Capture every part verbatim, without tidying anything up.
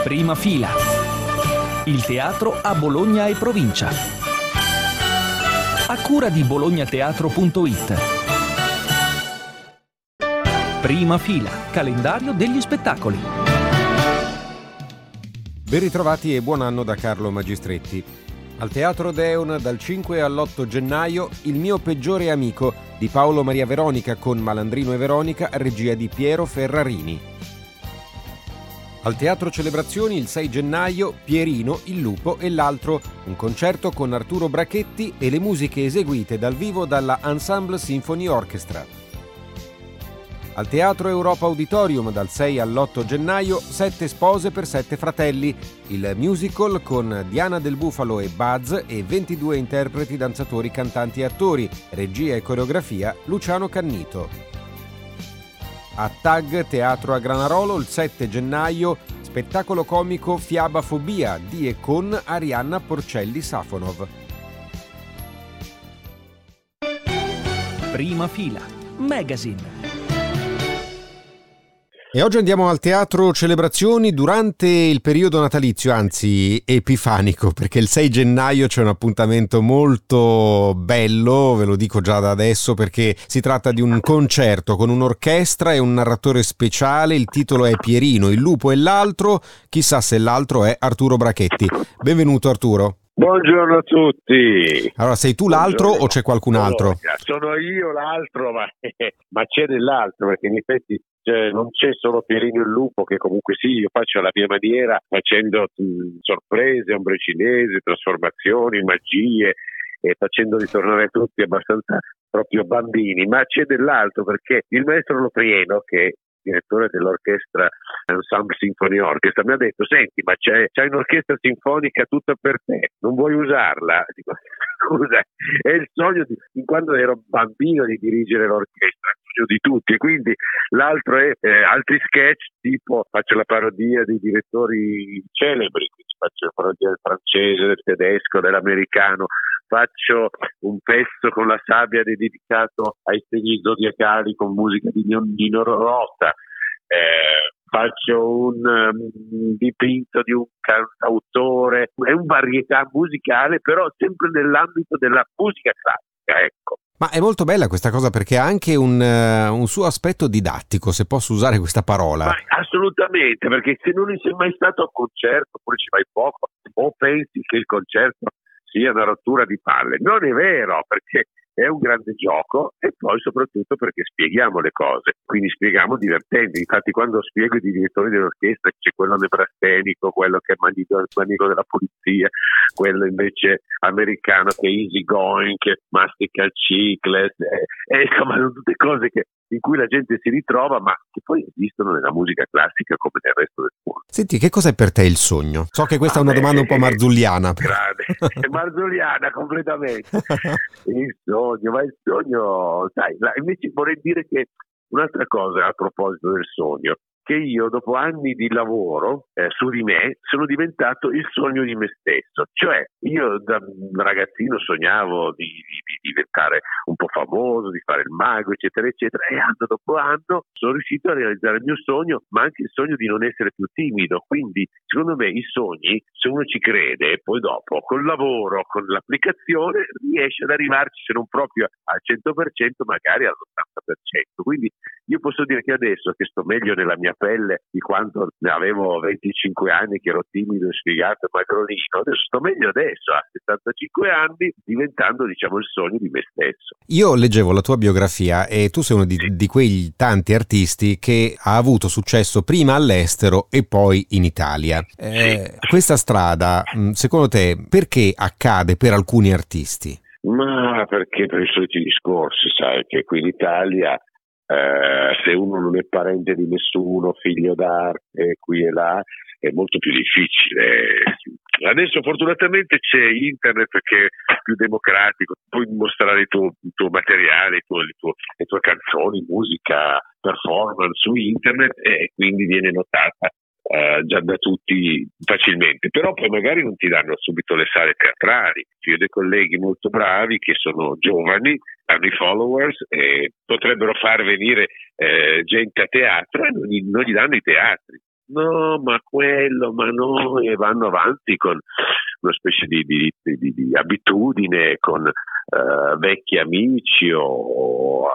Prima fila. Il teatro a Bologna e provincia. A cura di bolognateatro punto it. Prima fila. Calendario degli spettacoli. Ben ritrovati e buon anno da Carlo Magistretti. Al Teatro Deon dal cinque all'otto gennaio Il mio peggiore amico di Paolo Maria Veronica con Malandrino e Veronica, regia di Piero Ferrarini. Al Teatro Celebrazioni il sei gennaio Pierino, il lupo e l'altro, un concerto con Arturo Brachetti e le musiche eseguite dal vivo dalla Ensemble Symphony Orchestra. Al Teatro Europa Auditorium dal sei all'otto gennaio Sette spose per sette fratelli, il musical con Diana del Bufalo e Buzz e ventidue interpreti, danzatori, cantanti e attori, regia e coreografia Luciano Cannito. A Tag Teatro a Granarolo il sette gennaio spettacolo comico Fiabafobia di e con Arianna Porcelli Safonov. Prima fila. Magazine. E oggi andiamo al Teatro Celebrazioni durante il periodo natalizio, anzi epifanico, perché il sei gennaio c'è un appuntamento molto bello, ve lo dico già da adesso, perché si tratta di un concerto con un'orchestra e un narratore speciale. Il titolo è Pierino, il lupo e l'altro, chissà se l'altro è Arturo Brachetti. Benvenuto Arturo. Buongiorno a tutti. Allora, sei tu l'altro o c'è qualcun altro? Sono io l'altro, ma, ma c'è dell'altro, perché in effetti cioè, non c'è solo Pierino il lupo, che comunque sì, io faccio alla mia maniera, facendo mh, sorprese, ombre cinesi, trasformazioni, magie, e facendo ritornare tutti abbastanza proprio bambini, ma c'è dell'altro, perché il maestro Loprieno, che direttore dell'orchestra Ensemble Symphony Orchestra, mi ha detto: senti, ma c'è, c'è un'orchestra sinfonica tutta per te, non vuoi usarla? Dico, scusa, è il sogno di, di quando ero bambino di dirigere l'orchestra, il sogno di tutti. Quindi l'altro è eh, altri sketch, tipo faccio la parodia dei direttori celebri, quindi faccio la parodia del francese, del tedesco, dell'americano. Faccio un pezzo con la sabbia dedicato ai segni zodiacali con musica di Nino Rota, eh, faccio un um, dipinto di un cantautore, è un varietà musicale, però sempre nell'ambito della musica classica, ecco. Ma è molto bella questa cosa, perché ha anche un, uh, un suo aspetto didattico, se posso usare questa parola. Ma assolutamente, perché se non sei mai stato a un concerto, oppure ci vai poco, o pensi che il concerto sia una rottura di palle. Non è vero, perché è un grande gioco, e poi soprattutto perché spieghiamo le cose, quindi spieghiamo divertendo. Infatti quando spiego i direttori dell'orchestra, c'è quello nevrastenico, quello che è manico, manico della polizia, quello invece americano che è easy going, che mastica il cicle, e insomma sono tutte cose che, in cui la gente si ritrova, ma che poi esistono nella musica classica come nel resto del mondo. Senti, che cos'è per te il sogno? So che questa ah, è una beh, domanda un po' marzulliana. Grande, è marzulliana completamente. Il sogno, ma il sogno, sai, invece vorrei dire che un'altra cosa a proposito del sogno, che io dopo anni di lavoro eh, su di me sono diventato il sogno di me stesso. Cioè io da ragazzino sognavo di, di, di diventare un po' famoso, di fare il mago, eccetera eccetera, e anno dopo anno sono riuscito a realizzare il mio sogno, ma anche il sogno di non essere più timido. Quindi secondo me i sogni, se uno ci crede, poi dopo col lavoro, con l'applicazione, riesce ad arrivarci, se non proprio al cento per cento, magari all'ottanta per cento. Quindi io posso dire che adesso che sto meglio nella mia pelle di quando ne avevo venticinque anni, che ero timido, sfigato e magrolino, adesso sto meglio adesso a settantacinque anni, diventando diciamo il sogno di me stesso. Io leggevo la tua biografia e tu sei uno di, di quei tanti artisti che ha avuto successo prima all'estero e poi in Italia. Eh, sì. Questa strada, secondo te, perché accade per alcuni artisti? Ma perché per i soliti discorsi, sai, che qui in Italia Uh, se uno non è parente di nessuno, figlio d'arte, qui e là, è molto più difficile. Adesso fortunatamente c'è internet, che è più democratico, puoi mostrare il tuo, il tuo materiale, il tuo, il tuo, le tue canzoni, musica, performance su internet, e quindi viene notata Uh, già da tutti facilmente. Però poi magari non ti danno subito le sale teatrali. Io ho dei colleghi molto bravi che sono giovani, hanno i followers e potrebbero far venire eh, gente a teatro, e non gli, non gli danno i teatri. no, ma quello, ma no, e vanno avanti con una specie di, di, di, di abitudine, con uh, vecchi amici o,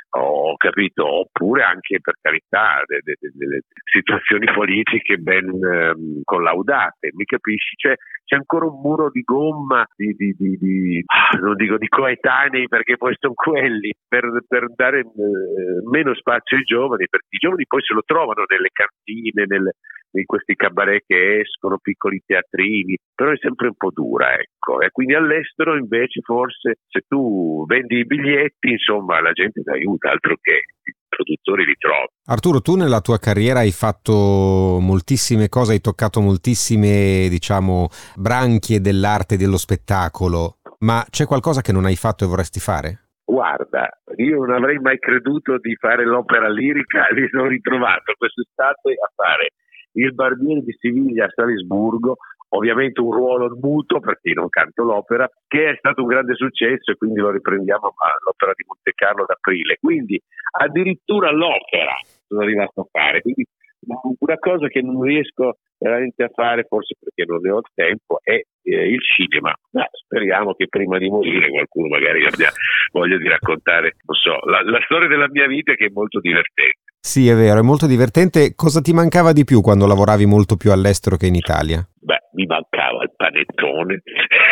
ho capito, oppure anche, per carità, delle, delle situazioni politiche ben um, collaudate, mi capisci? Cioè, c'è ancora un muro di gomma di, di, di, di non dico di coetanei, perché poi sono quelli, per, per dare eh, meno spazio ai giovani, perché i giovani poi se lo trovano nelle cantine, nelle, in questi cabaret che escono, piccoli teatrini, però è sempre un po' dura, ecco. E quindi all'estero invece forse se tu vendi i biglietti, insomma, la gente ti aiuta, altro che i produttori li trovi. Arturo, tu nella tua carriera hai fatto moltissime cose, hai toccato moltissime, diciamo, branchie dell'arte e dello spettacolo, ma c'è qualcosa che non hai fatto e vorresti fare? Guarda, io non avrei mai creduto di fare l'opera lirica, mi sono ritrovato quest'estate a fare il Barbiere di Siviglia a Salisburgo, ovviamente un ruolo muto perché io non canto l'opera, che è stato un grande successo e quindi lo riprendiamo all'Opera di Monte Carlo ad aprile, quindi addirittura l'opera sono arrivato a fare, quindi una cosa che non riesco veramente a fare, forse perché non ne ho tempo, è eh, il cinema. Ma speriamo che prima di morire qualcuno magari abbia voglia di raccontare, non so, la, la storia della mia vita, che è molto divertente. Sì, è vero, è molto divertente. Cosa ti mancava di più quando lavoravi molto più all'estero che in Italia? Beh, mi mancava il panettone,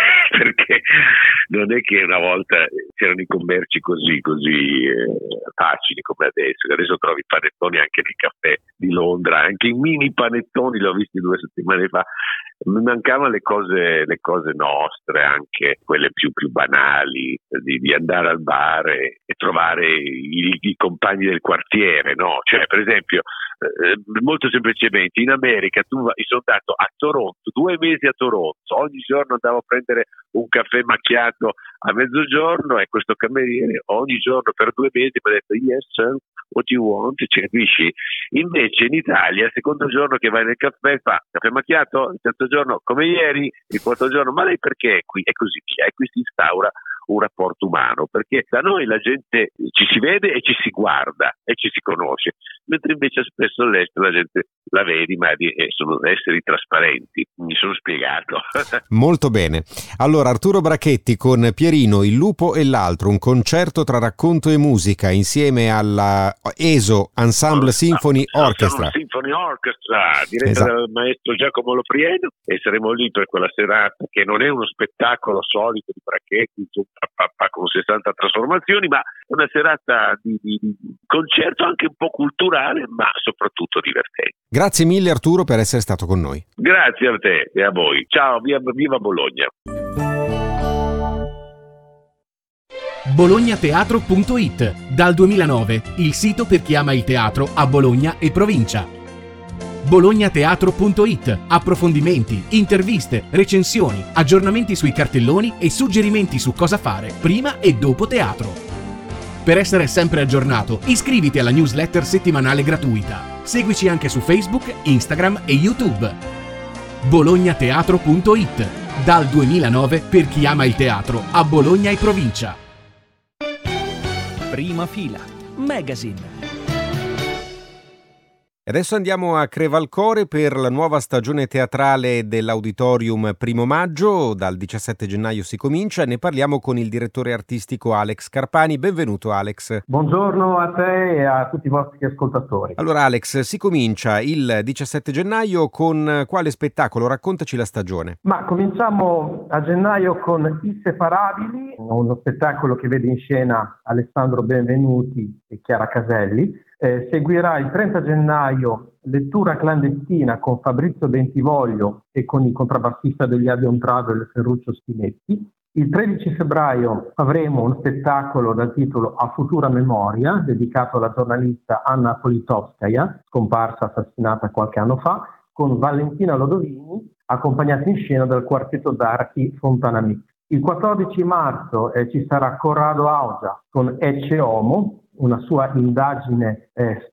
perché non è che una volta c'erano i commerci così, così eh, facili come adesso. Adesso trovi i panettoni anche nei caffè di Londra, anche i mini panettoni li ho visti due settimane fa. Mi mancavano le cose, le cose nostre, anche quelle più, più banali, di, di andare al bar e, e trovare i, i compagni del quartiere, no? Cioè, per esempio, eh, molto semplicemente, in America tu io sono andato a Toronto, due mesi a Toronto, ogni giorno andavo a prendere un caffè macchiato a mezzogiorno e questo cameriere ogni giorno per due mesi mi ha detto yes sir, what you want, cioè, capisci? Invece in Italia il secondo giorno che vai nel caffè fa caffè macchiato, il terzo giorno come ieri, il quarto giorno ma lei perché è qui? E così via, e qui si instaura un rapporto umano, perché da noi la gente ci si vede e ci si guarda e ci si conosce, mentre invece spesso all'estero la gente la vedi ma di, eh, sono esseri trasparenti. Mi sono spiegato. Molto bene. Allora, Arturo Brachetti con Pierino, il lupo e l'altro, un concerto tra racconto e musica insieme alla E S O Ensemble Symphony Orchestra. Symphony Orchestra, diretta Esatto. dal maestro Giacomo Loprieno, e saremo lì per quella serata che non è uno spettacolo solito di Brachetti con sessanta trasformazioni, ma è una serata di, di, di concerto anche un po' culturale, ma soprattutto divertente. Grazie mille Arturo per essere stato con noi. Grazie a te e a voi. Ciao, viva, viva Bologna. bolognateatro punto it, dal duemilanove il sito per chi ama il teatro a Bologna e provincia. bolognateatro punto it, approfondimenti, interviste, recensioni, aggiornamenti sui cartelloni e suggerimenti su cosa fare prima e dopo teatro. Per essere sempre aggiornato, iscriviti alla newsletter settimanale gratuita. Seguici anche su Facebook, Instagram e YouTube. bolognateatro punto it, dal duemilanove per chi ama il teatro a Bologna e provincia. Prima fila, magazine. Adesso andiamo a Crevalcore per la nuova stagione teatrale dell'Auditorium Primo Maggio, dal diciassette gennaio si comincia, ne parliamo con il direttore artistico Alex Carpani. Benvenuto Alex. Buongiorno a te e a tutti i vostri ascoltatori. Allora Alex, si comincia il diciassette gennaio con quale spettacolo? Raccontaci la stagione. Ma cominciamo a gennaio con Inseparabili, uno spettacolo che vede in scena Alessandro Benvenuti e Chiara Caselli. Eh, seguirà il trenta gennaio lettura clandestina con Fabrizio Bentivoglio e con il contrabbassista degli Avion Travel Ferruccio Spinetti. Il tredici febbraio avremo uno spettacolo dal titolo A futura memoria, dedicato alla giornalista Anna Politkovskaya, scomparsa, assassinata qualche anno fa, con Valentina Lodovini, accompagnata in scena dal quartetto d'archi Fontana Mix. Il quattordici marzo eh, ci sarà Corrado Augia con Ecce Homo, una sua indagine eh,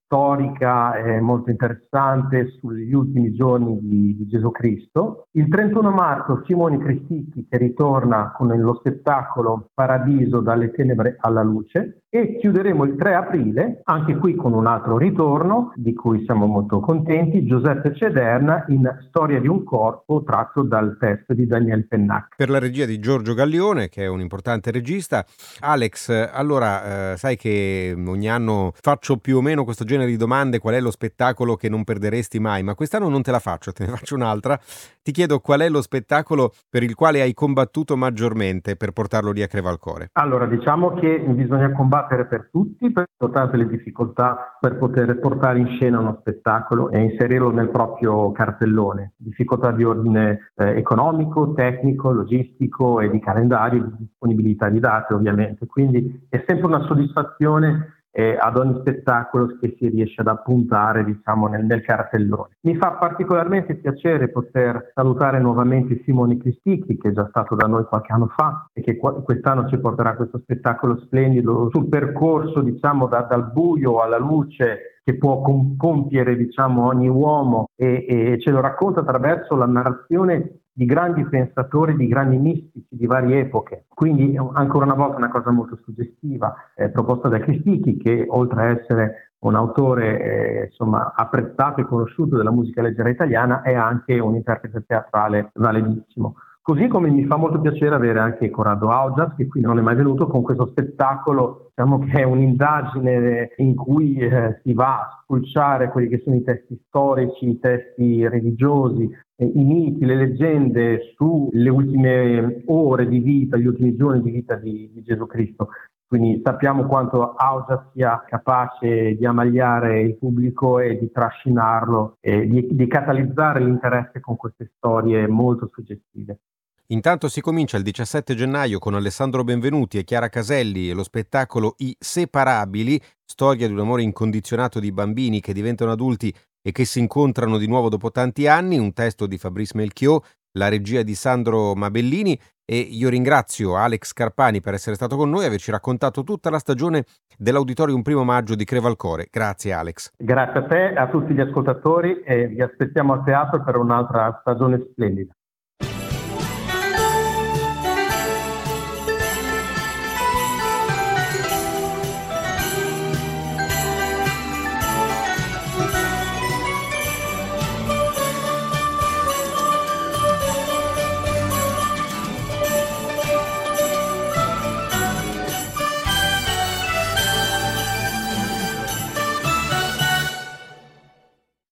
storica eh, molto interessante sugli ultimi giorni di, di Gesù Cristo. Il trentuno marzo Simone Cristicchi che ritorna con lo spettacolo Paradiso dalle tenebre alla luce, e chiuderemo il tre aprile anche qui con un altro ritorno di cui siamo molto contenti, Giuseppe Cederna in Storia di un corpo, tratto dal testo di Daniel Pennac. Per la regia di Giorgio Gallione, che è un importante regista. Alex, allora eh, sai che ogni anno faccio più o meno questo genere di domande: qual è lo spettacolo che non perderesti mai? Ma quest'anno non te la faccio, te ne faccio un'altra. Ti chiedo qual è lo spettacolo per il quale hai combattuto maggiormente per portarlo lì a Crevalcore. Allora, diciamo che bisogna combattere per tutti, per tante le difficoltà per poter portare in scena uno spettacolo e inserirlo nel proprio cartellone. Difficoltà di ordine eh, economico, tecnico, logistico e di calendario, di disponibilità di date ovviamente. Quindi è sempre una soddisfazione eh, ad ogni spettacolo che si riesce ad appuntare, diciamo, nel, nel cartellone. Mi fa particolarmente piacere poter salutare nuovamente Simone Cristicchi, che è già stato da noi qualche anno fa e che qua, quest'anno ci porterà questo spettacolo splendido sul percorso, diciamo, da, dal buio alla luce che può com- compiere, diciamo, ogni uomo e, e ce lo racconta attraverso la narrazione di grandi pensatori, di grandi mistici di varie epoche. Quindi ancora una volta una cosa molto suggestiva, eh, proposta da Cristicchi, che oltre a essere un autore eh, insomma apprezzato e conosciuto della musica leggera italiana, è anche un interprete teatrale validissimo. Così come mi fa molto piacere avere anche Corrado Augias, che qui non è mai venuto, con questo spettacolo, diciamo che è un'indagine in cui eh, si va a spulciare quelli che sono i testi storici, i testi religiosi, eh, i miti, le leggende sulle ultime ore di vita, gli ultimi giorni di vita di, di Gesù Cristo. Quindi sappiamo quanto Augias sia capace di amagliare il pubblico e di trascinarlo e di, di catalizzare l'interesse con queste storie molto suggestive. Intanto si comincia il diciassette gennaio con Alessandro Benvenuti e Chiara Caselli e lo spettacolo I Separabili, storia di un amore incondizionato di bambini che diventano adulti e che si incontrano di nuovo dopo tanti anni, un testo di Fabrice Melchior, la regia di Sandro Mabellini, e io ringrazio Alex Carpani per essere stato con noi e averci raccontato tutta la stagione dell'Auditorium Primo Maggio di Crevalcore. Grazie Alex. Grazie a te, a tutti gli ascoltatori, e vi aspettiamo al teatro per un'altra stagione splendida.